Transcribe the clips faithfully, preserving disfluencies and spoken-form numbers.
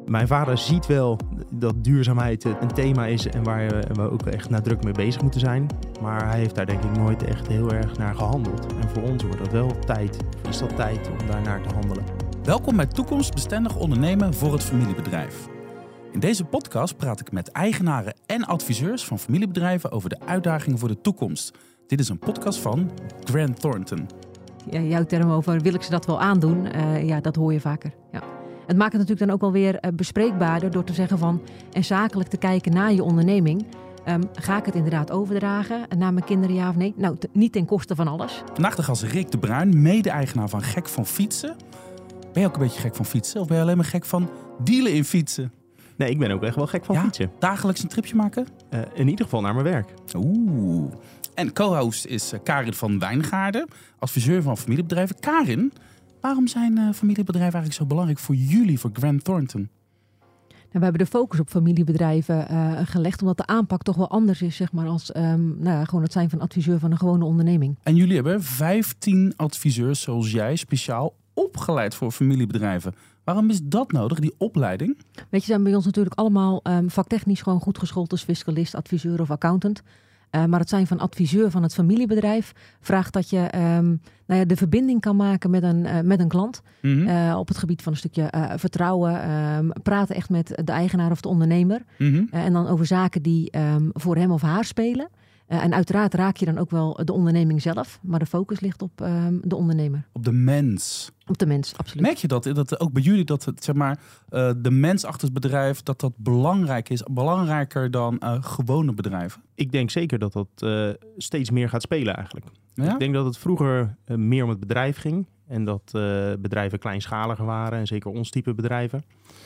Mijn vader ziet wel dat duurzaamheid een thema is en waar we ook echt nadrukkelijk mee bezig moeten zijn. Maar hij heeft daar denk ik nooit echt heel erg naar gehandeld. En voor ons wordt dat wel tijd, is dat tijd om daar naar te handelen. Welkom bij Toekomstbestendig Ondernemen voor het familiebedrijf. In deze podcast praat ik met eigenaren en adviseurs van familiebedrijven over de uitdagingen voor de toekomst. Dit is een podcast van Grant Thornton. Ja, jouw term over wil ik ze dat wel aandoen, uh, ja, dat hoor je vaker. Ja. Het maakt het natuurlijk dan ook wel weer uh, bespreekbaarder door te zeggen van en zakelijk te kijken naar je onderneming. Um, ga ik het inderdaad overdragen naar mijn kinderen, ja of nee? Nou, t- niet ten koste van alles. Vandaag de gast Rick de Bruin, mede-eigenaar van Gek van Fietsen. Ben je ook een beetje gek van fietsen of ben je alleen maar gek van dealen in fietsen? Nee, ik ben ook echt wel gek van ja? fietsen. Dagelijks een tripje maken? Uh, in ieder geval naar mijn werk. Oeh. En co-host is uh, Karin van Wijngaarden, adviseur van familiebedrijven. Karin, waarom zijn uh, familiebedrijven eigenlijk zo belangrijk voor jullie, voor Grant Thornton? Nou, we hebben de focus op familiebedrijven uh, gelegd, omdat de aanpak toch wel anders is, zeg maar, als um, nou ja, gewoon het zijn van adviseur van een gewone onderneming. En jullie hebben vijftien adviseurs zoals jij speciaal opgeleid voor familiebedrijven. Waarom is dat nodig, die opleiding? Weet je, zijn bij ons natuurlijk allemaal um, vaktechnisch gewoon goed geschoold als fiscalist, adviseur of accountant. Uh, maar het zijn van adviseur van het familiebedrijf vraagt dat je um, nou ja, de verbinding kan maken met een, uh, met een klant. Mm-hmm. Uh, op het gebied van een stukje uh, vertrouwen. Um, praten echt met de eigenaar of de ondernemer. Mm-hmm. Uh, en dan over zaken die um, voor hem of haar spelen. Uh, en uiteraard raak je dan ook wel de onderneming zelf. Maar de focus ligt op um, de ondernemer. Op de mens. Op de mens, absoluut. Merk je dat, dat ook bij jullie, dat het, zeg maar, uh, de mens achter het bedrijf, dat dat belangrijk is, belangrijker dan uh, gewone bedrijven? Ik denk zeker dat dat uh, steeds meer gaat spelen eigenlijk. Ja? Ik denk dat het vroeger uh, meer om het bedrijf ging en dat uh, bedrijven kleinschaliger waren en zeker ons type bedrijven.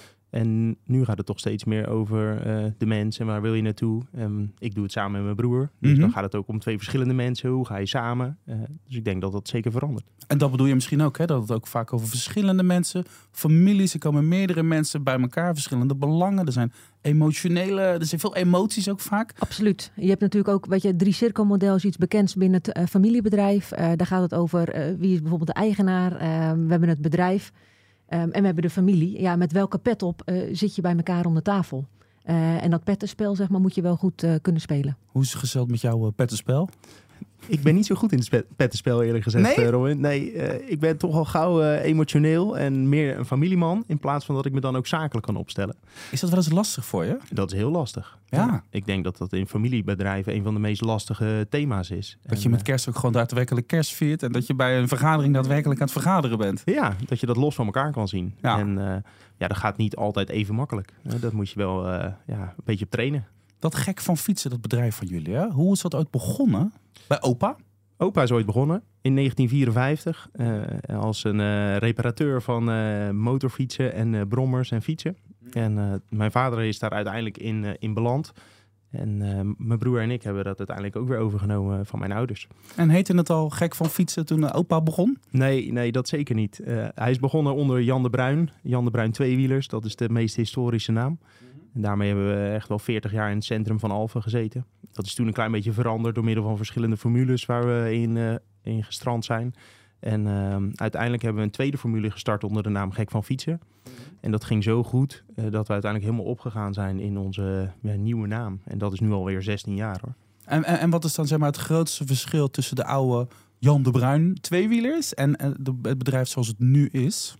En nu gaat het toch steeds meer over uh, de mens en waar wil je naartoe. Um, ik doe het samen met mijn broer. Dus mm-hmm. dan gaat het ook om twee verschillende mensen. Hoe ga je samen? Uh, dus ik denk dat dat zeker verandert. En dat bedoel je misschien ook, hè? Dat het ook vaak over verschillende mensen, families. Er komen meerdere mensen bij elkaar, verschillende belangen. Er zijn emotionele, er zijn veel emoties ook vaak. Absoluut. Je hebt natuurlijk ook, weet je, het drie-cirkelmodel is iets bekends binnen het uh, familiebedrijf. Uh, daar gaat het over uh, wie is bijvoorbeeld de eigenaar. Uh, we hebben het bedrijf. Um, en we hebben de familie. Ja, met welke pet op uh, zit je bij elkaar om de tafel? Uh, en dat pettenspel, zeg maar, moet je wel goed uh, kunnen spelen. Hoe is het gesteld met jouw uh, pettenspel? Ik ben niet zo goed in het spe- pettenspel, eerlijk gezegd, nee? Uh, Robin. Nee, uh, ik ben toch al gauw uh, emotioneel en meer een familieman, in plaats van dat ik me dan ook zakelijk kan opstellen. Is dat wel eens lastig voor je? Dat is heel lastig. Ja. Ja. Ik denk dat dat in familiebedrijven een van de meest lastige thema's is. Dat en, je met kerst ook gewoon daadwerkelijk kerst viert en dat je bij een vergadering daadwerkelijk aan het vergaderen bent. Ja, dat je dat los van elkaar kan zien. Ja. En uh, ja, dat gaat niet altijd even makkelijk. Uh, dat moet je wel uh, ja, een beetje op trainen. Dat Gek van Fietsen, dat bedrijf van jullie, hè? Hoe is dat ooit begonnen? Bij opa? Opa is ooit begonnen in negentien vierenvijftig uh, als een uh, reparateur van uh, motorfietsen en uh, brommers en fietsen. En uh, mijn vader is daar uiteindelijk in, uh, in beland. En uh, mijn broer en ik hebben dat uiteindelijk ook weer overgenomen van mijn ouders. En heette het al Gek van Fietsen toen uh, opa begon? Nee, nee, dat zeker niet. Uh, hij is begonnen onder Jan de Bruin. Jan de Bruin Tweewielers, dat is de meest historische naam. En daarmee hebben we echt wel veertig jaar in het centrum van Alphen gezeten. Dat is toen een klein beetje veranderd door middel van verschillende formules waar we in, uh, in gestrand zijn. En uh, uiteindelijk hebben we een tweede formule gestart onder de naam Gek van Fietsen. En dat ging zo goed uh, dat we uiteindelijk helemaal opgegaan zijn in onze uh, nieuwe naam. En dat is nu alweer zestien jaar hoor. En, en, en wat is dan zeg maar het grootste verschil tussen de oude Jan de Bruin Tweewielers en, en de, het bedrijf zoals het nu is?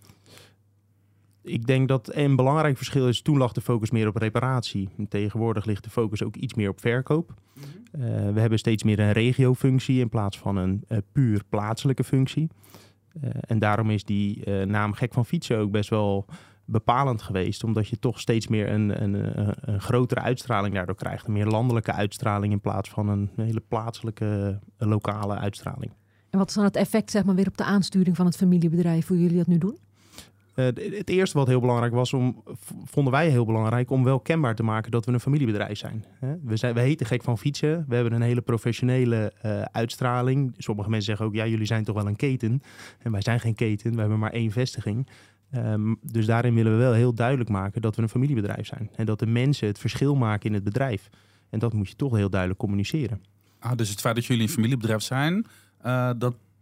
Ik denk dat een belangrijk verschil is, toen lag de focus meer op reparatie. En tegenwoordig ligt de focus ook iets meer op verkoop. Mm-hmm. Uh, we hebben steeds meer een regiofunctie in plaats van een uh, puur plaatselijke functie. Uh, en daarom is die uh, naam Gek van Fietsen ook best wel bepalend geweest. Omdat je toch steeds meer een, een, een, een grotere uitstraling daardoor krijgt. Een meer landelijke uitstraling in plaats van een hele plaatselijke, uh, lokale uitstraling. En wat is dan het effect, zeg maar, weer op de aansturing van het familiebedrijf, hoe jullie dat nu doen? Uh, het eerste wat heel belangrijk was, om, vonden wij heel belangrijk om wel kenbaar te maken dat we een familiebedrijf zijn. We, zijn, we heten Gek van Fietsen. We hebben een hele professionele uh, uitstraling. Sommige mensen zeggen ook, ja, jullie zijn toch wel een keten. En wij zijn geen keten, we hebben maar één vestiging. Um, dus daarin willen we wel heel duidelijk maken dat we een familiebedrijf zijn. En dat de mensen het verschil maken in het bedrijf. En dat moet je toch heel duidelijk communiceren. Ah, dus het feit dat jullie een familiebedrijf zijn, uh, dat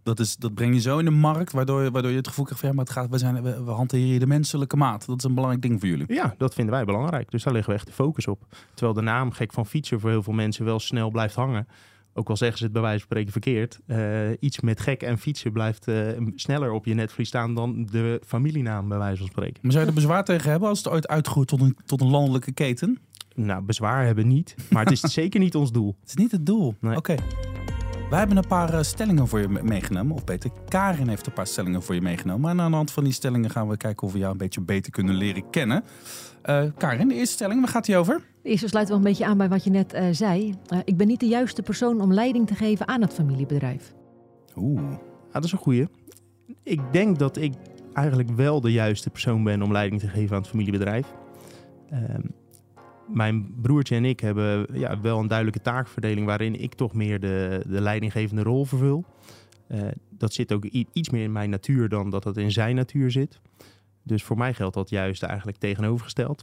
Dat, is, dat breng je zo in de markt, waardoor, waardoor je het gevoel krijgt van ja, maar het gaat, we, zijn, we, we hanteren hier de menselijke maat. Dat is een belangrijk ding voor jullie. Ja, dat vinden wij belangrijk. Dus daar leggen we echt de focus op. Terwijl de naam Gek van Fietsen voor heel veel mensen wel snel blijft hangen. Ook al zeggen ze het bij wijze van spreken verkeerd. Uh, iets met gek en fietsen blijft uh, sneller op je netvlies staan dan de familienaam bij wijze van spreken. Maar zou je er bezwaar tegen hebben als het ooit uitgroeit tot een, tot een landelijke keten? Nou, bezwaar hebben niet. Maar het is zeker niet ons doel. Het is niet het doel? Nee. Oké. Okay. Wij hebben een paar uh, stellingen voor je meegenomen. Of beter, Karin heeft een paar stellingen voor je meegenomen. En aan de hand van die stellingen gaan we kijken of we jou een beetje beter kunnen leren kennen. Uh, Karin, de eerste stelling, waar gaat die over? De eerste sluit wel een beetje aan bij wat je net uh, zei. Uh, ik ben niet de juiste persoon om leiding te geven aan het familiebedrijf. Oeh. Ja, dat is een goeie. Ik denk dat ik eigenlijk wel de juiste persoon ben om leiding te geven aan het familiebedrijf. Um, Mijn broertje en ik hebben ja, wel een duidelijke taakverdeling waarin ik toch meer de, de leidinggevende rol vervul. Uh, dat zit ook i- iets meer in mijn natuur dan dat het in zijn natuur zit. Dus voor mij geldt dat juist eigenlijk tegenovergesteld.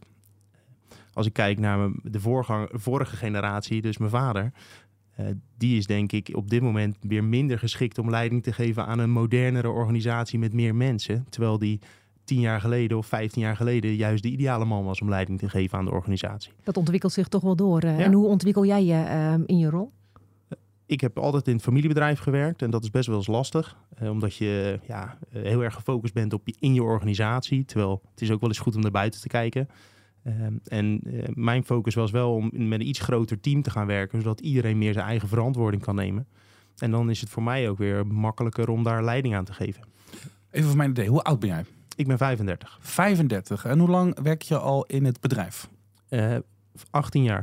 Als ik kijk naar de voorgang, vorige generatie, dus mijn vader, uh, die is denk ik op dit moment weer minder geschikt om leiding te geven aan een modernere organisatie met meer mensen. Terwijl die tien jaar geleden of vijftien jaar geleden juist de ideale man was om leiding te geven aan de organisatie. Dat ontwikkelt zich toch wel door. Uh, ja. En hoe ontwikkel jij je uh, in je rol? Ik heb altijd in het familiebedrijf gewerkt en dat is best wel eens lastig. Uh, omdat je ja, uh, heel erg gefocust bent op je, in je organisatie. Terwijl het is ook wel eens goed om naar buiten te kijken. Uh, en uh, mijn focus was wel om met een iets groter team te gaan werken, zodat iedereen meer zijn eigen verantwoording kan nemen. En dan is het voor mij ook weer makkelijker om daar leiding aan te geven. Even voor mijn idee, hoe oud ben jij? Ik ben vijfendertig. vijfendertig. En hoe lang werk je al in het bedrijf? Uh, achttien jaar.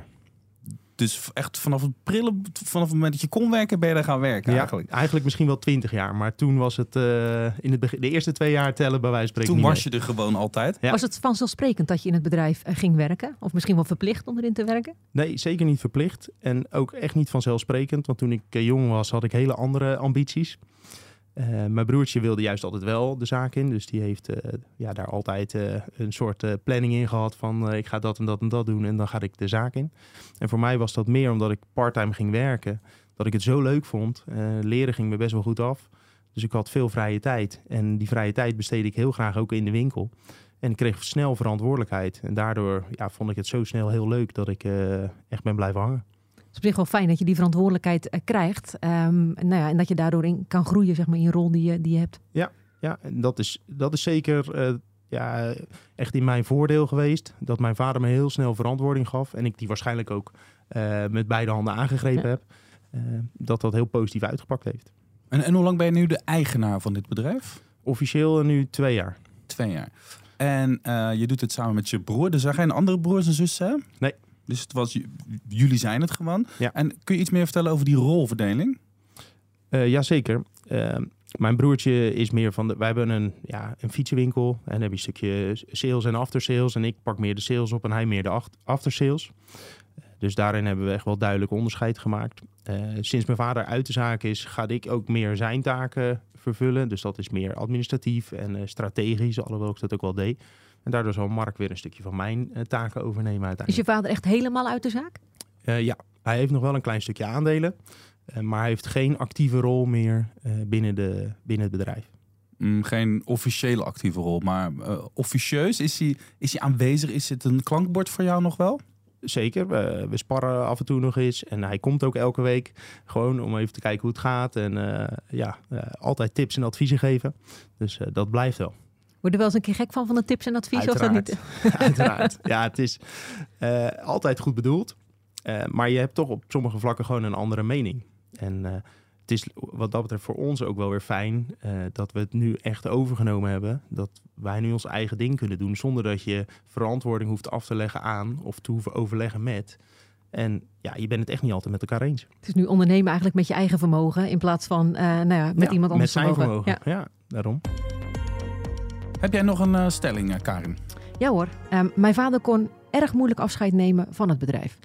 Dus echt vanaf het prillen, vanaf het moment dat je kon werken, ben je daar gaan werken ja, eigenlijk? Eigenlijk misschien wel twintig jaar. Maar toen was het uh, in het begin, de eerste twee jaar tellen bij wijze van spreken. Toen was je er gewoon altijd. Ja. Was het vanzelfsprekend dat je in het bedrijf uh, ging werken? Of misschien wel verplicht om erin te werken? Nee, zeker niet verplicht. En ook echt niet vanzelfsprekend. Want toen ik uh, jong was, had ik hele andere ambities. Uh, mijn broertje wilde juist altijd wel de zaak in. Dus die heeft uh, ja, daar altijd uh, een soort uh, planning in gehad van uh, ik ga dat en dat en dat doen en dan ga ik de zaak in. En voor mij was dat meer omdat ik parttime ging werken. Dat ik het zo leuk vond. Uh, leren ging me best wel goed af. Dus ik had veel vrije tijd. En die vrije tijd besteedde ik heel graag ook in de winkel. En ik kreeg snel verantwoordelijkheid. En daardoor ja, vond ik het zo snel heel leuk dat ik uh, echt ben blijven hangen. Het is op zich wel fijn dat je die verantwoordelijkheid uh, krijgt. Um, nou ja, en dat je daardoor in kan groeien zeg maar, in je rol die je, die je hebt. Ja, ja en dat is, dat is zeker uh, ja, echt in mijn voordeel geweest. Dat mijn vader me heel snel verantwoording gaf. En ik die waarschijnlijk ook uh, met beide handen aangegrepen ja. heb. Uh, dat dat heel positief uitgepakt heeft. En, en hoe lang ben je nu de eigenaar van dit bedrijf? Officieel nu twee jaar. Twee jaar. En uh, je doet het samen met je broer. Dus zijn geen andere broers en zussen? Nee. Dus het was, jullie zijn het gewoon. Ja. En kun je iets meer vertellen over die rolverdeling? Uh, Jazeker. Uh, mijn broertje is meer van... De, wij hebben een, ja, een fietsenwinkel. En dan heb je een stukje sales en aftersales. En ik pak meer de sales op en hij meer de aftersales. Uh, dus daarin hebben we echt wel duidelijk onderscheid gemaakt. Uh, sinds mijn vader uit de zaak is, ga ik ook meer zijn taken vervullen. Dus dat is meer administratief en uh, strategisch. Alhoewel ik dat ook wel deed. En daardoor zal Mark weer een stukje van mijn uh, taken overnemen uiteindelijk. Is je vader echt helemaal uit de zaak? Uh, ja, hij heeft nog wel een klein stukje aandelen. Uh, maar hij heeft geen actieve rol meer uh, binnen, de, binnen het bedrijf. Mm, geen officiële actieve rol, maar uh, officieus. Is hij, is hij aanwezig? Is het een klankbord voor jou nog wel? Zeker, we, we sparren af en toe nog eens. En hij komt ook elke week gewoon om even te kijken hoe het gaat. En uh, ja, uh, altijd tips en adviezen geven. Dus uh, dat blijft wel. Word je er wel eens een keer gek van van de tips en adviezen? Of dat niet? Uiteraard. Ja, het is uh, altijd goed bedoeld. Uh, maar je hebt toch op sommige vlakken gewoon een andere mening. En uh, het is wat dat betreft voor ons ook wel weer fijn uh, dat we het nu echt overgenomen hebben. Dat wij nu ons eigen ding kunnen doen zonder dat je verantwoording hoeft af te leggen aan of te hoeven overleggen met. En ja, je bent het echt niet altijd met elkaar eens. Het is nu ondernemen eigenlijk met je eigen vermogen in plaats van uh, nou ja, met ja, iemand anders met zijn vermogen. vermogen. Ja. ja, daarom. Heb jij nog een uh, stelling, uh, Karin? Ja hoor. Um, mijn vader kon erg moeilijk afscheid nemen van het bedrijf.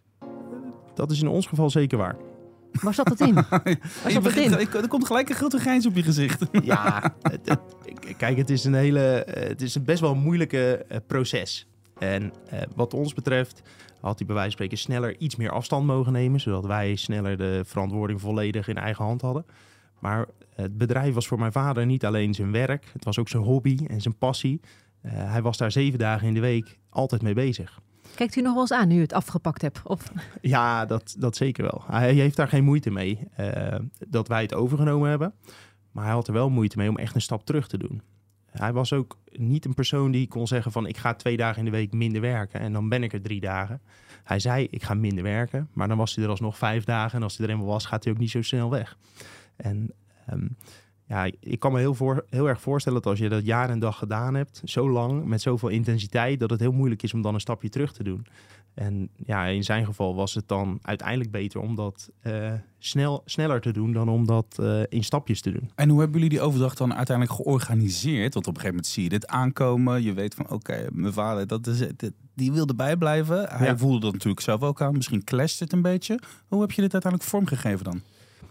Dat is in ons geval zeker waar. Waar zat het in? Waar zat het in? Er komt gelijk een grote grijns op je gezicht. Ja, het, het, kijk, het is een hele, het is een best wel een moeilijke uh, proces. En uh, wat ons betreft had hij bij wijze van spreken sneller iets meer afstand mogen nemen, zodat wij sneller de verantwoording volledig in eigen hand hadden. Maar het bedrijf was voor mijn vader niet alleen zijn werk. Het was ook zijn hobby en zijn passie. Uh, hij was daar zeven dagen in de week altijd mee bezig. Kijkt u nog wel eens aan nu u het afgepakt hebt? Of? Ja, dat, dat zeker wel. Hij heeft daar geen moeite mee uh, dat wij het overgenomen hebben. Maar hij had er wel moeite mee om echt een stap terug te doen. Hij was ook niet een persoon die kon zeggen van ik ga twee dagen in de week minder werken en dan ben ik er drie dagen. Hij zei ik ga minder werken, maar dan was hij er alsnog vijf dagen en als hij er eenmaal was gaat hij ook niet zo snel weg. En um, ja, ik kan me heel, voor, heel erg voorstellen dat als je dat jaar en dag gedaan hebt, zo lang, met zoveel intensiteit, dat het heel moeilijk is om dan een stapje terug te doen. En ja, in zijn geval was het dan uiteindelijk beter om dat uh, snel, sneller te doen dan om dat uh, in stapjes te doen. En hoe hebben jullie die overdag dan uiteindelijk georganiseerd? Want op een gegeven moment zie je dit aankomen. Je weet van oké, okay, mijn vader, dat is, dit, die wil erbij blijven. Hij ja. voelde dat natuurlijk zelf ook aan. Misschien clasht het een beetje. Hoe heb je dit uiteindelijk vormgegeven dan?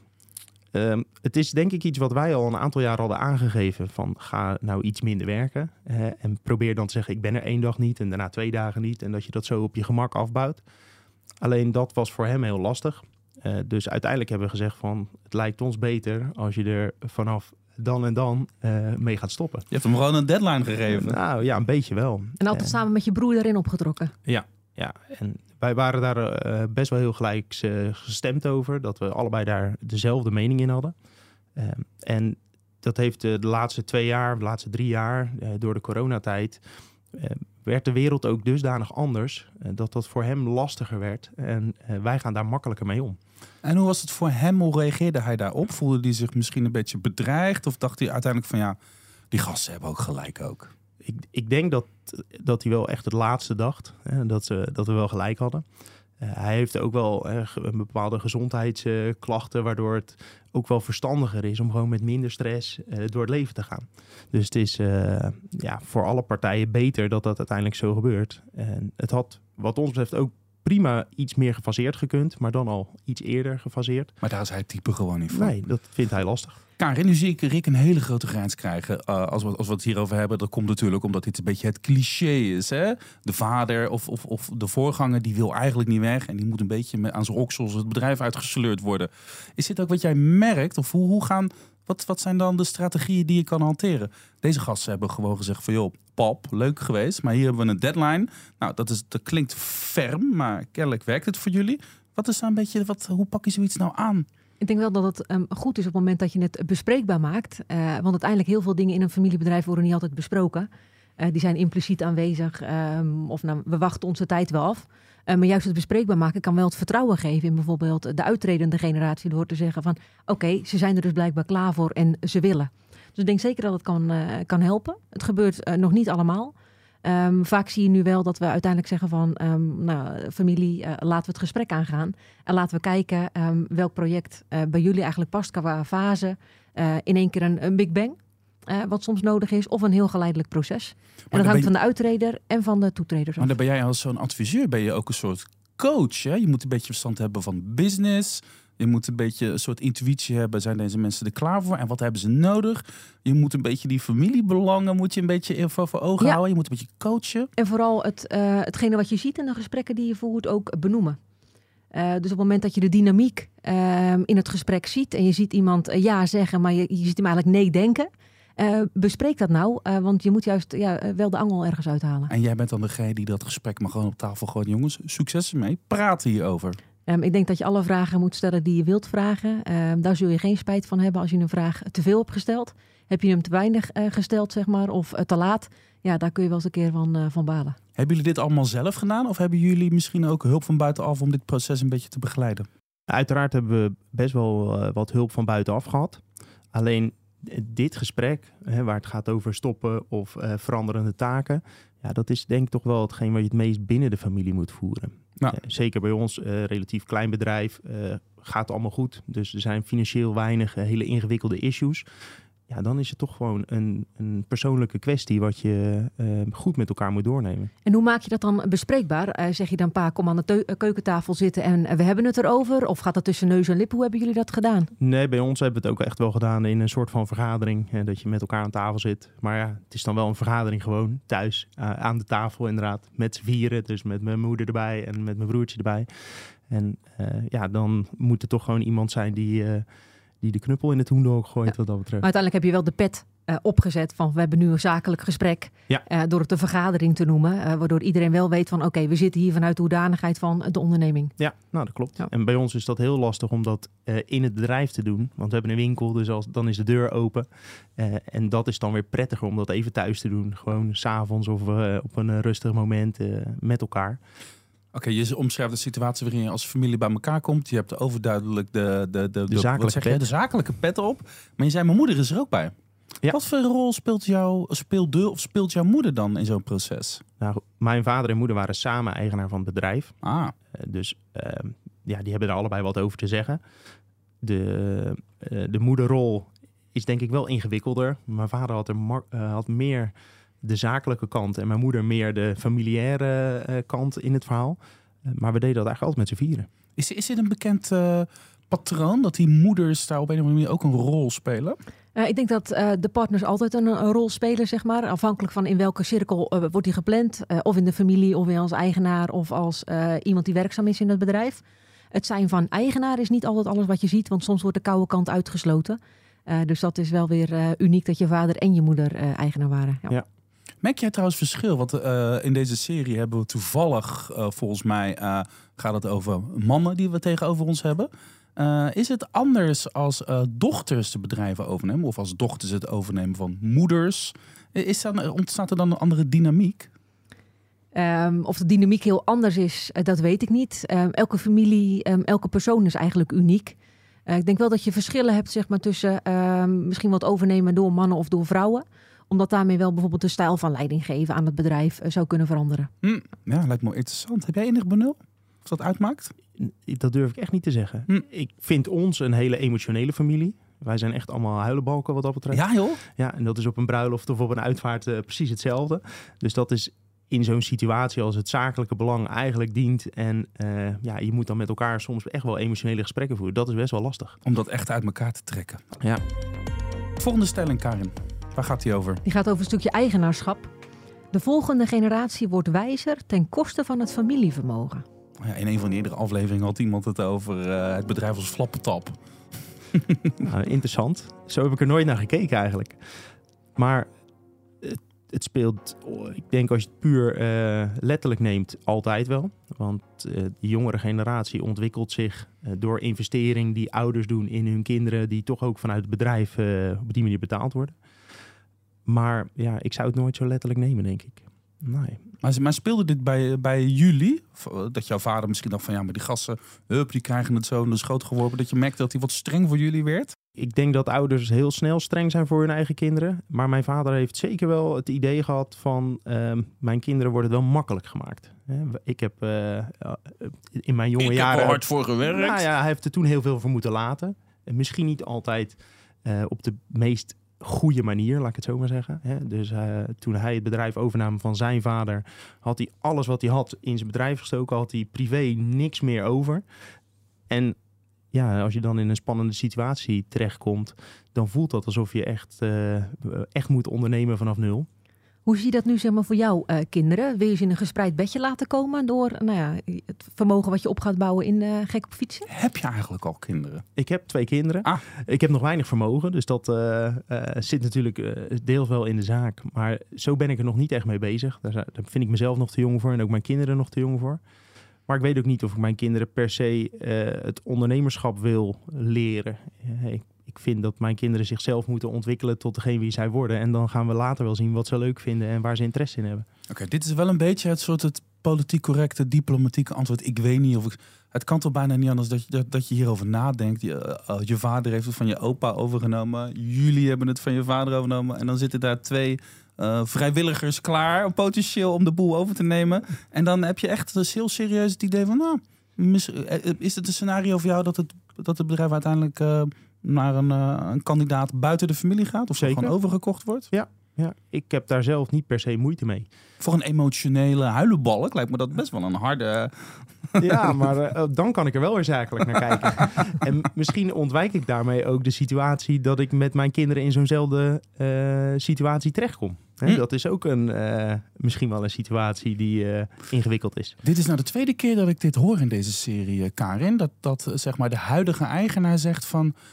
Um, het is denk ik iets wat wij al een aantal jaar hadden aangegeven. Van ga nou iets minder werken. Hè, en probeer dan te zeggen ik ben er één dag niet en daarna twee dagen niet. En dat je dat zo op je gemak afbouwt. Alleen dat was voor hem heel lastig. Uh, dus uiteindelijk hebben we gezegd van het lijkt ons beter als je er vanaf dan en dan uh, mee gaat stoppen. Je hebt hem gewoon een deadline gegeven. Uh, nou ja, een beetje wel. En altijd uh, samen met je broer daarin opgetrokken. Ja, ja. En wij waren daar uh, best wel heel gelijk uh, gestemd over. Dat we allebei daar dezelfde mening in hadden. Uh, en dat heeft uh, de laatste twee jaar, de laatste drie jaar, uh, door de coronatijd, uh, werd de wereld ook dusdanig anders. Uh, dat dat voor hem lastiger werd. En uh, wij gaan daar makkelijker mee om. En hoe was het voor hem? Hoe reageerde hij daarop? Voelde hij zich misschien een beetje bedreigd? Of dacht hij uiteindelijk van ja, die gasten hebben ook gelijk ook? Ik, ik denk dat, dat hij wel echt het laatste dacht. Hè, dat, ze, dat we wel gelijk hadden. Uh, hij heeft ook wel uh, een bepaalde gezondheidsklachten, uh, waardoor het ook wel verstandiger is om gewoon met minder stress uh, door het leven te gaan. Dus het is uh, ja, voor alle partijen beter dat dat uiteindelijk zo gebeurt. En het had wat ons betreft ook prima iets meer gefaseerd gekund, maar dan al iets eerder gefaseerd. Maar daar is hij type gewoon niet voor. Nee, dat vindt hij lastig. Karin, nu zie ik Rick een hele grote grijns krijgen. Uh, als, we, als we het hierover hebben, dat komt natuurlijk omdat dit een beetje het cliché is. Hè? De vader of, of, of de voorganger, die wil eigenlijk niet weg. En die moet een beetje met, aan zijn oksels het bedrijf uitgesleurd worden. Is dit ook wat jij merkt? Of hoe, hoe gaan, wat, wat zijn dan de strategieën die je kan hanteren? Deze gasten hebben gewoon gezegd van joh, pap, leuk geweest. Maar hier hebben we een deadline. Nou, dat, is, dat klinkt ferm, maar kennelijk werkt het voor jullie. Wat is dan een beetje, wat, hoe pak je zoiets nou aan? Ik denk wel dat het um, goed is op het moment dat je het bespreekbaar maakt. Uh, want uiteindelijk heel veel dingen in een familiebedrijf worden niet altijd besproken. Uh, die zijn impliciet aanwezig. Um, of nou, we wachten onze tijd wel af. Uh, maar juist het bespreekbaar maken kan wel het vertrouwen geven in bijvoorbeeld de uittredende generatie. Door te zeggen van oké, okay, ze zijn er dus blijkbaar klaar voor en ze willen. Dus ik denk zeker dat het kan, uh, kan helpen. Het gebeurt uh, nog niet allemaal. Um, vaak zie je nu wel dat we uiteindelijk zeggen van um, nou, familie, uh, laten we het gesprek aangaan. En laten we kijken um, welk project uh, bij jullie eigenlijk past qua fase. Uh, in één keer een, een big bang, uh, wat soms nodig is, of een heel geleidelijk proces. Maar en dat hangt van de uittreder en van de toetreders af. Maar dan ben jij als zo'n adviseur ben je ook een soort coach. Hè? Je moet een beetje verstand hebben van business. Je moet een beetje een soort intuïtie hebben. Zijn deze mensen er klaar voor? En wat hebben ze nodig? Je moet een beetje die familiebelangen moet je een beetje voor, voor ogen ja. houden. Je moet een beetje coachen. En vooral het, uh, hetgene wat je ziet in de gesprekken die je voert ook benoemen. Uh, dus op het moment dat je de dynamiek uh, in het gesprek ziet en je ziet iemand uh, ja zeggen, maar je, je ziet hem eigenlijk nee denken. Uh, bespreek dat nou, uh, want je moet juist ja, wel de angel ergens uithalen. En jij bent dan degene die dat gesprek maar gewoon op tafel gooit. Jongens, succes ermee. Praat hierover. Um, ik denk dat je alle vragen moet stellen die je wilt vragen. Um, daar zul je geen spijt van hebben als je een vraag te veel hebt gesteld. Heb je hem te weinig uh, gesteld, zeg maar, of uh, te laat? Ja, daar kun je wel eens een keer van, uh, van balen. Hebben jullie dit allemaal zelf gedaan? Of hebben jullie misschien ook hulp van buitenaf om dit proces een beetje te begeleiden? Uiteraard hebben we best wel uh, wat hulp van buitenaf gehad. Alleen dit gesprek, hè, waar het gaat over stoppen of uh, veranderende taken, ja, dat is denk ik toch wel hetgeen waar je het meest binnen de familie moet voeren. Ja. Uh, zeker bij ons, uh, relatief klein bedrijf, uh, gaat allemaal goed. Dus er zijn financieel weinig uh, hele ingewikkelde issues. Ja, dan is het toch gewoon een, een persoonlijke kwestie wat je uh, goed met elkaar moet doornemen. En hoe maak je dat dan bespreekbaar? Uh, zeg je dan, pa, kom aan de te- keukentafel zitten en uh, we hebben het erover? Of gaat dat tussen neus en lippen? Hoe hebben jullie dat gedaan? Nee, bij ons hebben we het ook echt wel gedaan in een soort van vergadering. Hè, dat je met elkaar aan tafel zit. Maar ja, het is dan wel een vergadering gewoon thuis uh, aan de tafel inderdaad. Met z'n vieren, dus met mijn moeder erbij en met mijn broertje erbij. En uh, ja, dan moet er toch gewoon iemand zijn die... Uh, die de knuppel in het hoendehok gooit Ja. wat dat betreft. Maar uiteindelijk heb je wel de pet uh, opgezet van we hebben nu een zakelijk gesprek. Ja. Uh, door het een vergadering te noemen. Uh, waardoor iedereen wel weet van oké, okay, we zitten hier vanuit de hoedanigheid van de onderneming. Ja, nou dat klopt. Ja. En bij ons is dat heel lastig om dat uh, in het bedrijf te doen. Want we hebben een winkel, dus als, dan is de deur open. Uh, en dat is dan weer prettiger om dat even thuis te doen. Gewoon 's avonds of uh, op een uh, rustig moment uh, met elkaar. Oké, okay, je omschrijft de situatie waarin je als familie bij elkaar komt. Je hebt overduidelijk de, de, de, de, de, zakelijke, zeg je, de zakelijke pet op. Maar je zei, mijn moeder is er ook bij. Ja. Wat voor rol speelt, jou, speelt, de, of speelt jouw moeder dan in zo'n proces? Nou, mijn vader en moeder waren samen eigenaar van het bedrijf. Ah. Uh, dus uh, ja, die hebben er allebei wat over te zeggen. De, uh, de moederrol is denk ik wel ingewikkelder. Mijn vader had, er mar- uh, had meer de zakelijke kant en mijn moeder meer de familiaire uh, kant in het verhaal. Uh, maar we deden dat eigenlijk altijd met z'n vieren. Is, is dit een bekend uh, patroon dat die moeders daar op een of andere manier ook een rol spelen? Uh, ik denk dat uh, de partners altijd een, een rol spelen, zeg maar. Afhankelijk van in welke cirkel uh, wordt die gepland. Uh, of in de familie, of als eigenaar, of als uh, iemand die werkzaam is in het bedrijf. Het zijn van eigenaar is niet altijd alles wat je ziet, want soms wordt de koude kant uitgesloten. Uh, dus dat is wel weer uh, uniek dat je vader en je moeder uh, eigenaar waren. Ja. Ja. Merk jij trouwens verschil? Want uh, in deze serie hebben we toevallig, uh, volgens mij, uh, gaat het over mannen die we tegenover ons hebben. Uh, is het anders als uh, dochters de bedrijven overnemen? Of als dochters het overnemen van moeders? Is dan, ontstaat er dan een andere dynamiek? Um, of de dynamiek heel anders is, uh, dat weet ik niet. Um, elke familie, um, elke persoon is eigenlijk uniek. Uh, ik denk wel dat je verschillen hebt, zeg maar, tussen um, misschien wat overnemen door mannen of door vrouwen. Omdat daarmee wel bijvoorbeeld de stijl van leiding geven aan het bedrijf uh, zou kunnen veranderen. Hm, ja, lijkt me interessant. Heb jij enig benul of dat uitmaakt? Dat durf ik echt niet te zeggen. Hm. Ik vind ons een hele emotionele familie. Wij zijn echt allemaal huilenbalken wat dat betreft. Ja joh? Ja, en dat is op een bruiloft of op een uitvaart uh, precies hetzelfde. Dus dat is in zo'n situatie als het zakelijke belang eigenlijk dient. En uh, ja, je moet dan met elkaar soms echt wel emotionele gesprekken voeren. Dat is best wel lastig. Om dat echt uit elkaar te trekken. Ja. Volgende stelling, Karin. Waar gaat die over? Die gaat over een stukje eigenaarschap. De volgende generatie wordt wijzer ten koste van het familievermogen. Ja, in een van die eerdere afleveringen had iemand het over uh, het bedrijf als flappetap. Nou, interessant. Zo heb ik er nooit naar gekeken eigenlijk. Maar het, het speelt, ik denk als je het puur uh, letterlijk neemt, altijd wel. Want uh, de jongere generatie ontwikkelt zich uh, door investering die ouders doen in hun kinderen, die toch ook vanuit het bedrijf uh, op die manier betaald worden. Maar ja, ik zou het nooit zo letterlijk nemen, denk ik. Nee. Maar, maar speelde dit bij, bij jullie? Dat jouw vader misschien dacht van ja, maar die gasten, hup, die krijgen het zo in de schoot geworpen. Dat je merkte dat hij wat streng voor jullie werd? Ik denk dat ouders heel snel streng zijn voor hun eigen kinderen. Maar mijn vader heeft zeker wel het idee gehad van uh, mijn kinderen worden wel makkelijk gemaakt. Ik heb uh, in mijn jonge ik jaren... Ik heb er hard voor gewerkt. Nou ja, hij heeft er toen heel veel voor moeten laten. Misschien niet altijd uh, op de meest goede manier, laat ik het zo maar zeggen. Dus uh, toen hij het bedrijf overnam van zijn vader, had hij alles wat hij had in zijn bedrijf gestoken. Had hij privé niks meer over. En ja, als je dan in een spannende situatie terechtkomt, dan voelt dat alsof je echt, uh, echt moet ondernemen vanaf nul. Hoe zie je dat nu zeg maar voor jouw uh, kinderen? Wil je ze in een gespreid bedje laten komen door nou ja, het vermogen wat je op gaat bouwen in uh, gek op fietsen? Heb je eigenlijk al kinderen? Ik heb twee kinderen. Ah. Ik heb nog weinig vermogen, dus dat uh, uh, zit natuurlijk uh, deels wel in de zaak. Maar zo ben ik er nog niet echt mee bezig. Daar, daar vind ik mezelf nog te jong voor en ook mijn kinderen nog te jong voor. Maar ik weet ook niet of ik mijn kinderen per se uh, het ondernemerschap wil leren. Uh, ik, ik vind dat mijn kinderen zichzelf moeten ontwikkelen tot degene wie zij worden. En dan gaan we later wel zien wat ze leuk vinden en waar ze interesse in hebben. Oké, okay, dit is wel een beetje het soort het politiek correcte, diplomatieke antwoord. Ik weet niet of ik... Het kan toch bijna niet anders dat je, dat, dat je hierover nadenkt. Je, uh, je vader heeft het van je opa overgenomen. Jullie hebben het van je vader overgenomen. En dan zitten daar twee uh, vrijwilligers klaar, potentieel om de boel over te nemen. En dan heb je echt dus heel serieus het idee van... Nou, mis, is het een scenario voor jou dat het, dat het bedrijf uiteindelijk uh, naar een, uh, een kandidaat buiten de familie gaat? Of zo gewoon overgekocht wordt? Ja. Ja, ik heb daar zelf niet per se moeite mee. Voor een emotionele huilenbalk lijkt me dat best wel een harde... Ja, maar uh, dan kan ik er wel weer zakelijk naar kijken. En misschien ontwijk ik daarmee ook de situatie dat ik met mijn kinderen in zo'nzelfde uh, situatie terechtkom. Hè, hm. Dat is ook een, uh, misschien wel een situatie die uh, ingewikkeld is. Dit is nou de tweede keer dat ik dit hoor in deze serie, Karin. Dat, dat zeg maar de huidige eigenaar zegt van...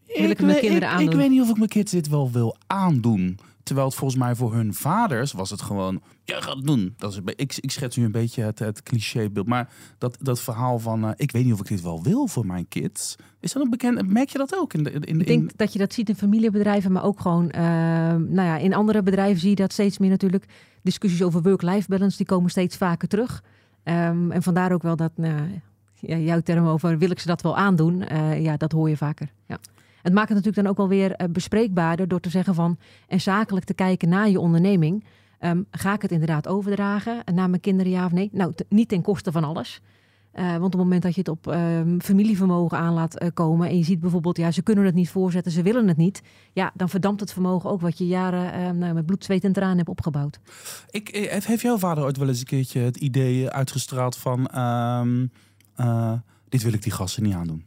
wil ik, ik mijn kinderen ik, aandoen? Ik weet niet of ik mijn kids dit wel wil aandoen. Terwijl het volgens mij voor hun vaders was het gewoon... Ja, ga het doen. Dat is een be- ik, ik schets nu een beetje het, het clichébeeld. Maar dat, dat verhaal van... Uh, ik weet niet of ik dit wel wil voor mijn kids. Is dat een bekend... Merk je dat ook? In de, in, in, ik denk dat je dat ziet in familiebedrijven. Maar ook gewoon... Uh, nou ja, in andere bedrijven zie je dat steeds meer natuurlijk. Discussies over work-life balance. Die komen steeds vaker terug. Um, en vandaar ook wel dat... Nou, ja, jouw term over... Wil ik ze dat wel aandoen? Uh, ja, dat hoor je vaker. Ja. Het maakt het natuurlijk dan ook wel weer uh, bespreekbaarder door te zeggen van... en zakelijk te kijken naar je onderneming. Um, ga ik het inderdaad overdragen naar mijn kinderen, ja of nee? Nou, t- niet ten koste van alles. Uh, want op het moment dat je het op um, familievermogen aan laat uh, komen... en je ziet bijvoorbeeld, ja, ze kunnen het niet voorzetten, ze willen het niet... ja, dan verdampt het vermogen ook wat je jaren uh, nou, met bloed, zweet en tranen hebt opgebouwd. Ik, heeft jouw vader ooit wel eens een keertje het idee uitgestraald van... Um, uh, dit wil ik die gasten niet aandoen?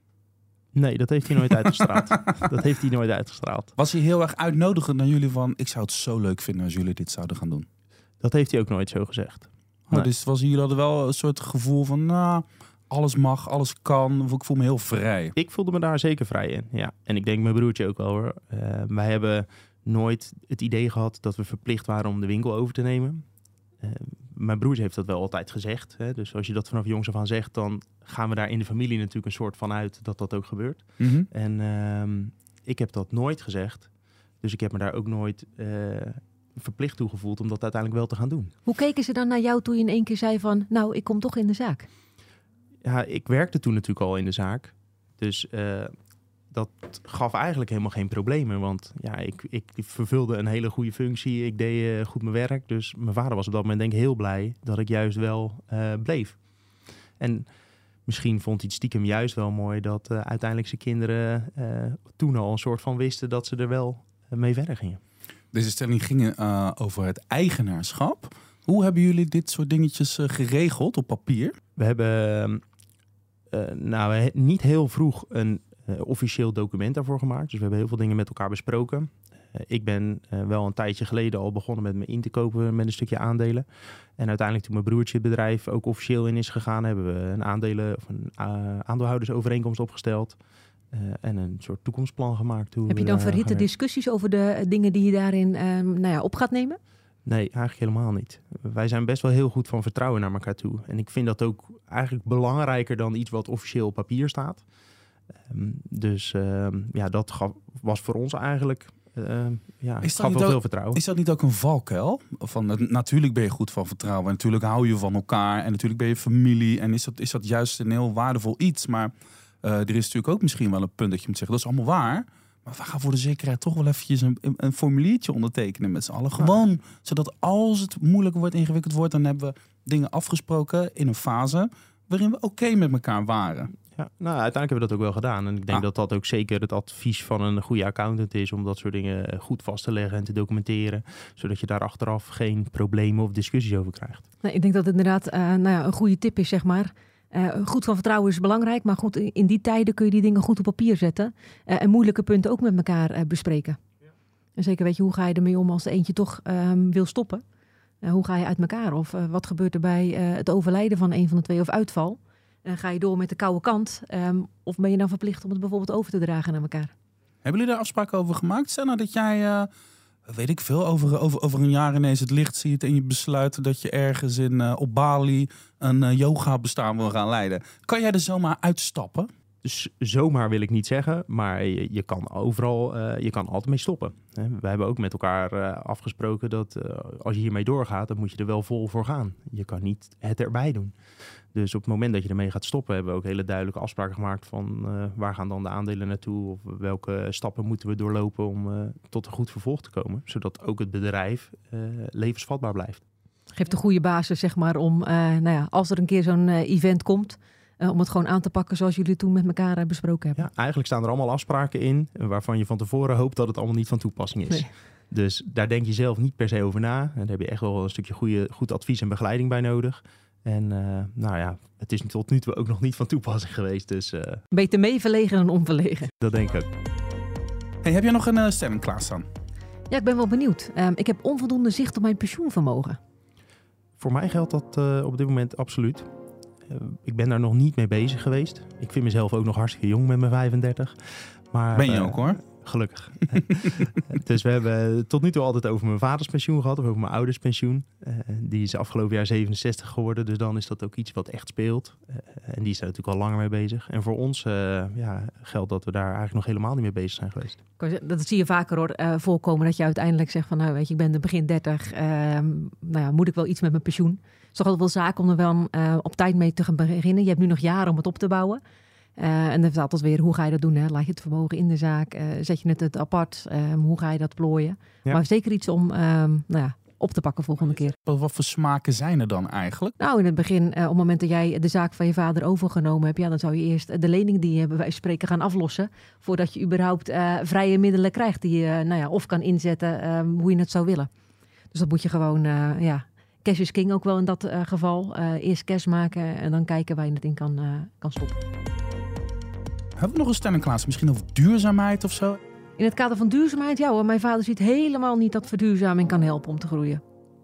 Nee, dat heeft hij nooit uitgestraald. Dat heeft hij nooit uitgestraald. Was hij heel erg uitnodigend naar jullie van... ik zou het zo leuk vinden als jullie dit zouden gaan doen? Dat heeft hij ook nooit zo gezegd. Oh, Nee. dus was, jullie hadden wel een soort gevoel van... nou, alles mag, alles kan. Of ik voel me heel vrij. Ik voelde me daar zeker vrij in, ja. En ik denk mijn broertje ook wel hoor. Uh, wij hebben nooit het idee gehad dat we verplicht waren om de winkel over te nemen. Uh, mijn broertje heeft dat wel altijd gezegd. Hè? Dus als je dat vanaf jongs af aan zegt... dan gaan we daar in de familie natuurlijk een soort van uit dat dat ook gebeurt. Mm-hmm. En uh, ik heb dat nooit gezegd. Dus ik heb me daar ook nooit uh, verplicht toe gevoeld om dat uiteindelijk wel te gaan doen. Hoe keken ze dan naar jou toen je in één keer zei van... nou, ik kom toch in de zaak? Ja, ik werkte toen natuurlijk al in de zaak. Dus uh, dat gaf eigenlijk helemaal geen problemen. Want ja, ik, ik vervulde een hele goede functie. Ik deed uh, goed mijn werk. Dus mijn vader was op dat moment denk ik heel blij dat ik juist wel uh, bleef. En misschien vond hij het stiekem juist wel mooi dat uh, uiteindelijk zijn kinderen uh, toen al een soort van wisten dat ze er wel uh, mee verder gingen. Deze stelling ging uh, over het eigenaarschap. Hoe hebben jullie dit soort dingetjes uh, geregeld op papier? We hebben uh, nou, niet heel vroeg een uh, officieel document daarvoor gemaakt. Dus we hebben heel veel dingen met elkaar besproken. Uh, ik ben uh, wel een tijdje geleden al begonnen met me in te kopen met een stukje aandelen. En uiteindelijk toen mijn broertje het bedrijf ook officieel in is gegaan... hebben we een aandelen of een uh, aandeelhoudersovereenkomst opgesteld. Uh, en een soort toekomstplan gemaakt. Hoe Heb je we dan daar verhitte gaan discussies over de dingen die je daarin um, nou ja, op gaat nemen? Nee, eigenlijk helemaal niet. Wij zijn best wel heel goed van vertrouwen naar elkaar toe. En ik vind dat ook eigenlijk belangrijker dan iets wat officieel op papier staat. Um, dus um, ja, dat gaf, was voor ons eigenlijk... Uh, ja, Is dat gaf wel ook, veel vertrouwen. Is dat niet ook een valkuil? Van, natuurlijk ben je goed van vertrouwen. En natuurlijk hou je van elkaar. En natuurlijk ben je familie. En is dat, is dat juist een heel waardevol iets. Maar uh, er is natuurlijk ook misschien wel een punt dat je moet zeggen... dat is allemaal waar... Maar we gaan voor de zekerheid toch wel eventjes een, een formuliertje ondertekenen met z'n allen. Gewoon, ja. Zodat als het moeilijk wordt, ingewikkeld wordt... dan hebben we dingen afgesproken in een fase waarin we oké okay met elkaar waren. Ja, nou, uiteindelijk hebben we dat ook wel gedaan. En ik denk ah. dat dat ook zeker het advies van een goede accountant is... om dat soort dingen goed vast te leggen en te documenteren. Zodat je daar achteraf geen problemen of discussies over krijgt. Nou, ik denk dat het inderdaad uh, nou ja, een goede tip is, zeg maar... Uh, goed van vertrouwen is belangrijk, maar goed, in die tijden kun je die dingen goed op papier zetten. Uh, en moeilijke punten ook met elkaar uh, bespreken. Ja. En zeker weet je, hoe ga je ermee om als de eentje toch um, wil stoppen? Uh, hoe ga je uit elkaar? Of uh, wat gebeurt er bij uh, het overlijden van een van de twee of uitval? Uh, ga je door met de koude kant? Um, of ben je dan verplicht om het bijvoorbeeld over te dragen naar elkaar? Hebben jullie daar afspraken over gemaakt? Stel nou dat jij... Uh... weet ik veel, over, over, over een jaar ineens het licht ziet... en je besluit dat je ergens in, uh, op Bali een uh, yoga bestaan wil gaan leiden. Kan jij er zomaar uitstappen? Dus zomaar wil ik niet zeggen, maar je, je kan overal, uh, je kan altijd mee stoppen. Hè? We hebben ook met elkaar uh, afgesproken dat uh, als je hiermee doorgaat... dan moet je er wel vol voor gaan. Je kan niet het erbij doen. Dus op het moment dat je ermee gaat stoppen... hebben we ook hele duidelijke afspraken gemaakt van... Uh, waar gaan dan de aandelen naartoe? Of welke stappen moeten we doorlopen om uh, tot een goed vervolg te komen? Zodat ook het bedrijf uh, levensvatbaar blijft. Geeft een goede basis, zeg maar, om uh, nou ja, als er een keer zo'n uh, event komt... Uh, om het gewoon aan te pakken zoals jullie toen met elkaar uh, besproken hebben. Ja, eigenlijk staan er allemaal afspraken in... waarvan je van tevoren hoopt dat het allemaal niet van toepassing is. Nee. Dus daar denk je zelf niet per se over na. En daar heb je echt wel een stukje goede, goed advies en begeleiding bij nodig... En uh, nou ja, het is tot nu toe ook nog niet van toepassing geweest. Dus, uh, beter mee verlegen dan onverlegen. Dat denk ik ook. Hey, heb jij nog een uh, stelling klaarstaan? Ja, ik ben wel benieuwd. Um, ik heb onvoldoende zicht op mijn pensioenvermogen. Voor mij geldt dat uh, op dit moment absoluut. Uh, ik ben daar nog niet mee bezig geweest. Ik vind mezelf ook nog hartstikke jong met mijn vijfendertig. Maar, ben je uh, ook hoor. Gelukkig. Dus we hebben tot nu toe altijd over mijn vaders pensioen gehad. Of over mijn ouders pensioen. Uh, die is afgelopen jaar zevenenzestig geworden. Dus dan is dat ook iets wat echt speelt. Uh, en die is daar natuurlijk al langer mee bezig. En voor ons uh, ja, geldt dat we daar eigenlijk nog helemaal niet mee bezig zijn geweest. Dat zie je vaker hoor, uh, voorkomen. Dat je uiteindelijk zegt van nou weet je, ik ben de begin dertig. Uh, nou ja, moet ik wel iets met mijn pensioen. Het is toch altijd wel zaak om er wel uh, op tijd mee te gaan beginnen. Je hebt nu nog jaren om het op te bouwen. Uh, en dan is altijd weer, hoe ga je dat doen? Hè? Laat je het vermogen in de zaak? Uh, zet je het, het apart? Um, hoe ga je dat plooien? Ja. Maar zeker iets om um, nou ja, op te pakken volgende keer. Wat, wat voor smaken zijn er dan eigenlijk? Nou, in het begin, uh, op het moment dat jij de zaak van je vader overgenomen hebt, ja, dan zou je eerst de lening die je bij wijze van spreken gaan aflossen, voordat je überhaupt uh, vrije middelen krijgt die je uh, nou ja, of kan inzetten uh, hoe je het zou willen. Dus dat moet je gewoon, uh, ja, cash is king ook wel in dat uh, geval. Uh, eerst cash maken en dan kijken waar je het in kan, uh, kan stoppen. Hebben we nog een stelling, Klaas? Misschien over duurzaamheid of zo? In het kader van duurzaamheid, ja hoor. Mijn vader ziet helemaal niet dat verduurzaming kan helpen om te groeien.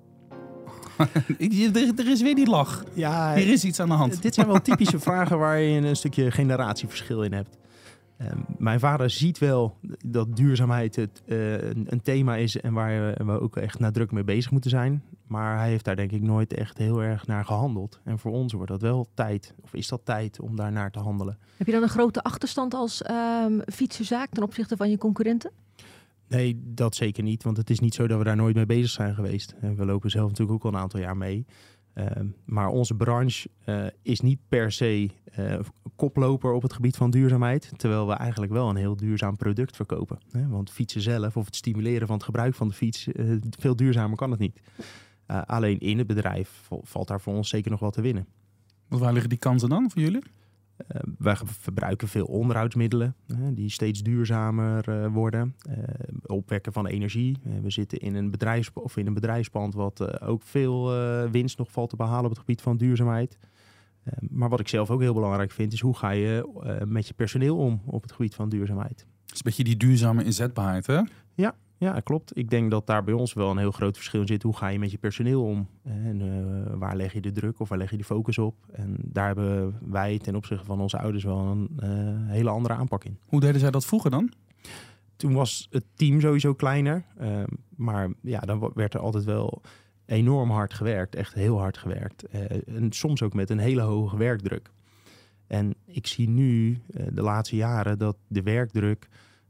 er, er is weer die lach. Ja, hier is iets aan de hand. Dit zijn wel typische vragen waar je een stukje generatieverschil in hebt. Um, mijn vader ziet wel dat duurzaamheid het, uh, een, een thema is en waar we ook echt nadrukkelijk mee bezig moeten zijn. Maar hij heeft daar denk ik nooit echt heel erg naar gehandeld. En voor ons wordt dat wel tijd, of is dat tijd om daar naar te handelen. Heb je dan een grote achterstand als um, fietsenzaak ten opzichte van je concurrenten? Nee, dat zeker niet. Want het is niet zo dat we daar nooit mee bezig zijn geweest. En we lopen zelf natuurlijk ook al een aantal jaar mee. Uh, maar onze branche uh, is niet per se uh, koploper op het gebied van duurzaamheid. Terwijl we eigenlijk wel een heel duurzaam product verkopen. Hè? Want fietsen zelf of het stimuleren van het gebruik van de fiets, uh, veel duurzamer kan het niet. Uh, alleen in het bedrijf valt daar voor ons zeker nog wat te winnen. Want waar liggen die kansen dan voor jullie? Uh, wij verbruiken veel onderhoudsmiddelen uh, die steeds duurzamer uh, worden. Uh, opwekken van energie. Uh, we zitten in een, bedrijfs- of in een bedrijfspand wat uh, ook veel uh, winst nog valt te behalen op het gebied van duurzaamheid. Uh, maar wat ik zelf ook heel belangrijk vind is hoe ga je uh, met je personeel om op het gebied van duurzaamheid. Dat is een beetje die duurzame inzetbaarheid, hè? Ja. Ja, klopt. Ik denk dat daar bij ons wel een heel groot verschil in zit. Hoe ga je met je personeel om? En uh, waar leg je de druk of waar leg je de focus op? En daar hebben wij ten opzichte van onze ouders wel een uh, hele andere aanpak in. Hoe deden zij dat vroeger dan? Toen was het team sowieso kleiner. Uh, maar ja, dan werd er altijd wel enorm hard gewerkt. Echt heel hard gewerkt. Uh, en soms ook met een hele hoge werkdruk. En ik zie nu uh, de laatste jaren dat de werkdruk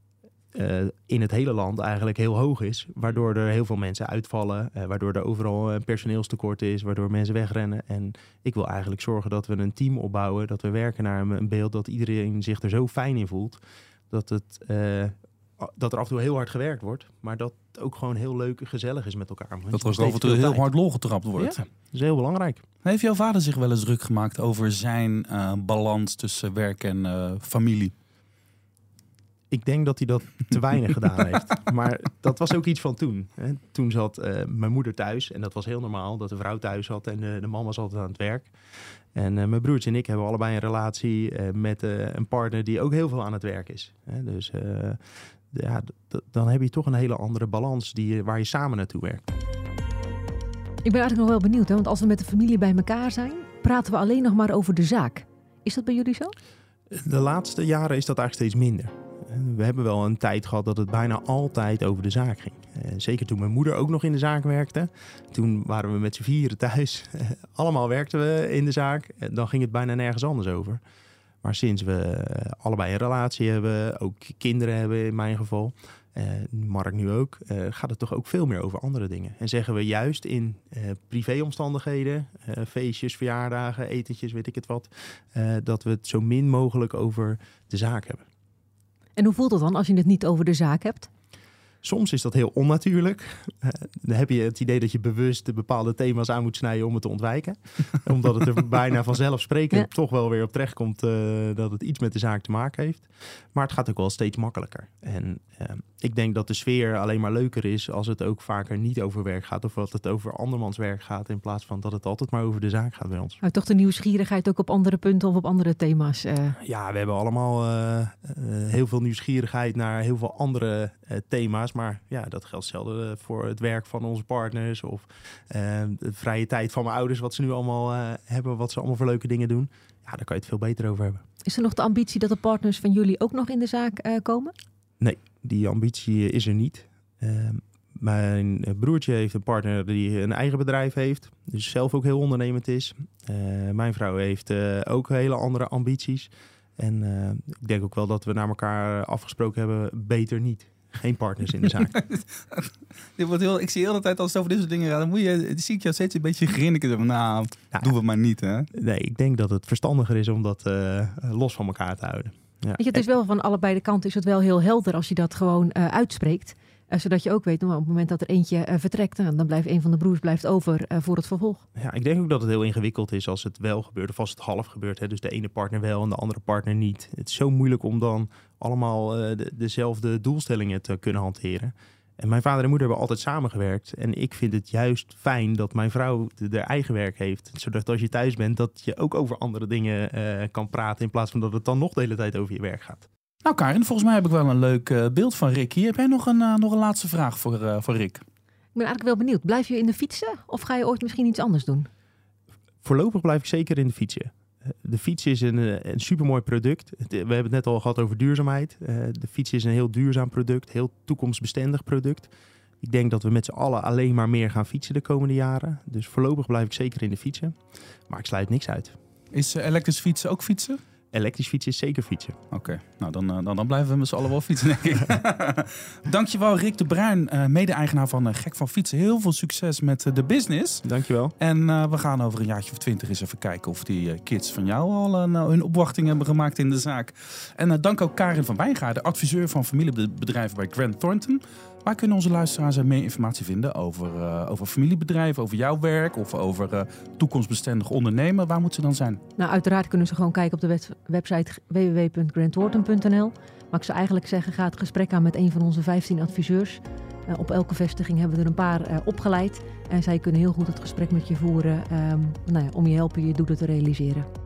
Uh, in het hele land eigenlijk heel hoog is. Waardoor er heel veel mensen uitvallen. Uh, waardoor er overal een personeelstekort is. Waardoor mensen wegrennen. En ik wil eigenlijk zorgen dat we een team opbouwen. Dat we werken naar een, een beeld dat iedereen zich er zo fijn in voelt. Dat, het, uh, dat er af en toe heel hard gewerkt wordt. Maar dat het ook gewoon heel leuk en gezellig is met elkaar. Dat er ook af en toe heel hard lol getrapt wordt. Ja, dat is heel belangrijk. Heeft jouw vader zich wel eens druk gemaakt over zijn uh, balans tussen werk en uh, familie? Ik denk dat hij dat te weinig gedaan heeft. Maar dat was ook iets van toen. Hè. Toen zat uh, mijn moeder thuis. En dat was heel normaal dat de vrouw thuis zat. En uh, de man was altijd aan het werk. En uh, mijn broertje en ik hebben allebei een relatie uh, met uh, een partner die ook heel veel aan het werk is. Hè. Dus uh, ja, d- d- dan heb je toch een hele andere balans die, waar je samen naartoe werkt. Ik ben eigenlijk nog wel benieuwd. Hè? Want als we met de familie bij elkaar zijn, praten we alleen nog maar over de zaak. Is dat bij jullie zo? De laatste jaren is dat eigenlijk steeds minder. We hebben wel een tijd gehad dat het bijna altijd over de zaak ging. Uh, zeker toen mijn moeder ook nog in de zaak werkte. Toen waren we met z'n vieren thuis. Uh, allemaal werkten we in de zaak. Uh, dan ging het bijna nergens anders over. Maar sinds we uh, allebei een relatie hebben, ook kinderen hebben in mijn geval, uh, Mark nu ook, uh, gaat het toch ook veel meer over andere dingen. En zeggen we juist in uh, privéomstandigheden, uh, feestjes, verjaardagen, etentjes, weet ik het wat, uh, dat we het zo min mogelijk over de zaak hebben. En hoe voelt het dan als je het niet over de zaak hebt? Soms is dat heel onnatuurlijk. Uh, dan heb je het idee dat je bewust de bepaalde thema's aan moet snijden om het te ontwijken. Omdat het er bijna vanzelfsprekend ja. toch wel weer op terecht komt uh, dat het iets met de zaak te maken heeft. Maar het gaat ook wel steeds makkelijker. En uh, ik denk dat de sfeer alleen maar leuker is als het ook vaker niet over werk gaat. Of dat het over andermans werk gaat in plaats van dat het altijd maar over de zaak gaat bij ons. Maar toch de nieuwsgierigheid ook op andere punten of op andere thema's? Uh... Ja, we hebben allemaal uh, uh, heel veel nieuwsgierigheid naar heel veel andere uh, thema's. Maar ja, dat geldt zelden voor het werk van onze partners of uh, de vrije tijd van mijn ouders, wat ze nu allemaal uh, hebben, wat ze allemaal voor leuke dingen doen. Ja, daar kan je het veel beter over hebben. Is er nog de ambitie dat de partners van jullie ook nog in de zaak uh, komen? Nee, die ambitie is er niet. Uh, Mijn broertje heeft een partner die een eigen bedrijf heeft. Dus zelf ook heel ondernemend is. Uh, mijn vrouw heeft uh, ook hele andere ambities. En uh, ik denk ook wel dat we naar elkaar afgesproken hebben, beter niet. Geen partners in de zaak. Dit wordt heel, ik zie de hele tijd als het over dit soort dingen gaat. Dan moet je, zie ik jou steeds een beetje grinniken. Nou, nou, doen we maar niet, hè? Nee, ik denk dat het verstandiger is om dat uh, los van elkaar te houden. Ja. Weet je, het is wel van allebei de kanten is het wel heel helder als je dat gewoon uh, uitspreekt. Uh, zodat je ook weet, nou, op het moment dat er eentje uh, vertrekt, uh, dan blijft een van de broers blijft over uh, voor het vervolg. Ja, ik denk ook dat het heel ingewikkeld is als het wel gebeurt of als het half gebeurt. Hè? Dus de ene partner wel en de andere partner niet. Het is zo moeilijk om dan allemaal uh, de, dezelfde doelstellingen te kunnen hanteren. En mijn vader en moeder hebben altijd samengewerkt. En ik vind het juist fijn dat mijn vrouw haar eigen werk heeft. Zodat als je thuis bent, dat je ook over andere dingen uh, kan praten. In plaats van dat het dan nog de hele tijd over je werk gaat. Nou Karin, volgens mij heb ik wel een leuk uh, beeld van Rick hier. Heb jij nog een, uh, nog een laatste vraag voor, uh, voor Rick? Ik ben eigenlijk wel benieuwd. Blijf je in de fietsen of ga je ooit misschien iets anders doen? Voorlopig blijf ik zeker in de fietsen. De fiets is een, een supermooi product. We hebben het net al gehad over duurzaamheid. De fiets is een heel duurzaam product, heel toekomstbestendig product. Ik denk dat we met z'n allen alleen maar meer gaan fietsen de komende jaren. Dus voorlopig blijf ik zeker in de fietsen. Maar ik sluit niks uit. Is uh, elektrisch fietsen ook fietsen? Elektrisch fietsen is zeker fietsen. Oké, okay. nou dan, dan, dan blijven we met z'n allen wel fietsen, denk ik. Dankjewel Rick de Bruin, uh, mede-eigenaar van uh, Gek van Fietsen. Heel veel succes met uh, de business. Dankjewel. En uh, we gaan over een jaartje of twintig eens even kijken of die uh, kids van jou al uh, hun opwachting hebben gemaakt in de zaak. En uh, dank ook Karin van Wijngaarden, adviseur van familiebedrijven bij Grant Thornton. Waar kunnen onze luisteraars meer informatie vinden over, uh, over familiebedrijven, over jouw werk of over uh, toekomstbestendig ondernemen? Waar moeten ze dan zijn? Nou, uiteraard kunnen ze gewoon kijken op de web- website w w w punt grant thornton punt n l. Maar ik zou eigenlijk zeggen, ga het gesprek aan met een van onze vijftien adviseurs. Uh, op elke vestiging hebben we er een paar uh, opgeleid. En zij kunnen heel goed het gesprek met je voeren um, nou ja, om je helpen je doelen te realiseren.